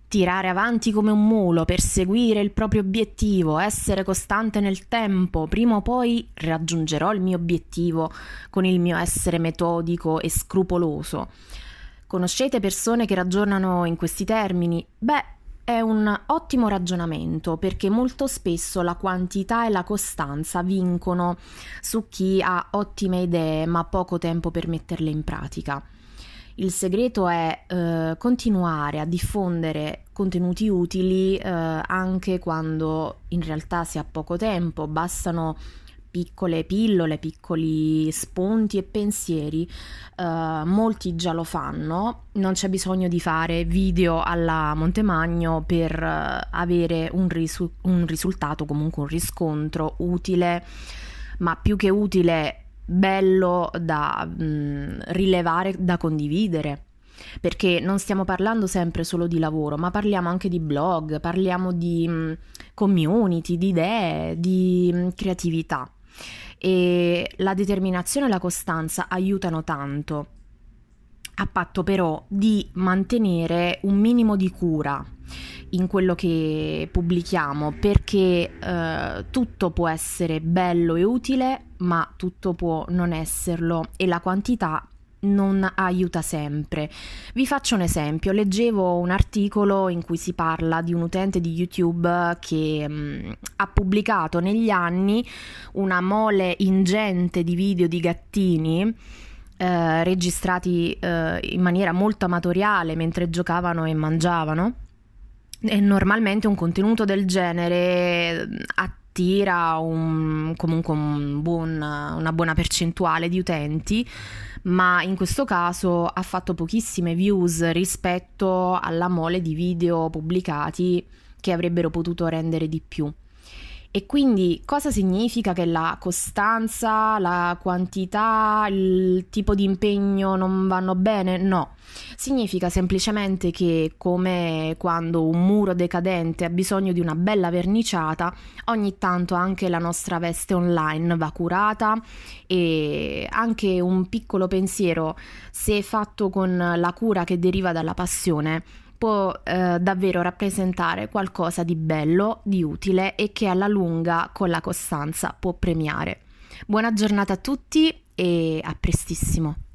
tirare avanti come un mulo, perseguire il proprio obiettivo, essere costante nel tempo, prima o poi raggiungerò il mio obiettivo con il mio essere metodico e scrupoloso. Conoscete persone che ragionano in questi termini? Beh, è un ottimo ragionamento perché molto spesso la quantità e la costanza vincono su chi ha ottime idee ma poco tempo per metterle in pratica. Il segreto è continuare a diffondere contenuti utili anche quando in realtà si ha poco tempo, bastano piccole pillole, piccoli spunti e pensieri. Molti già lo fanno, non c'è bisogno di fare video alla Montemagno per avere un risultato, comunque un riscontro utile, ma più che utile, bello da rilevare, da condividere. Perché non stiamo parlando sempre solo di lavoro, ma parliamo anche di blog, parliamo di community, di idee, di creatività. E la determinazione e la costanza aiutano tanto, a patto però di mantenere un minimo di cura in quello che pubblichiamo, perché tutto può essere bello e utile, ma tutto può non esserlo e la quantità non aiuta sempre. Vi faccio un esempio: leggevo un articolo in cui si parla di un utente di YouTube che ha pubblicato negli anni una mole ingente di video di gattini registrati in maniera molto amatoriale mentre giocavano e mangiavano. E normalmente un contenuto del genere attira comunque una buona percentuale di utenti, ma in questo caso ha fatto pochissime views rispetto alla mole di video pubblicati che avrebbero potuto rendere di più. E quindi cosa significa che la costanza, la quantità, il tipo di impegno non vanno bene? No, significa semplicemente che, come quando un muro decadente ha bisogno di una bella verniciata, ogni tanto anche la nostra veste online va curata, e anche un piccolo pensiero, se fatto con la cura che deriva dalla passione, può davvero rappresentare qualcosa di bello, di utile e che alla lunga con la costanza può premiare. Buona giornata a tutti e a prestissimo.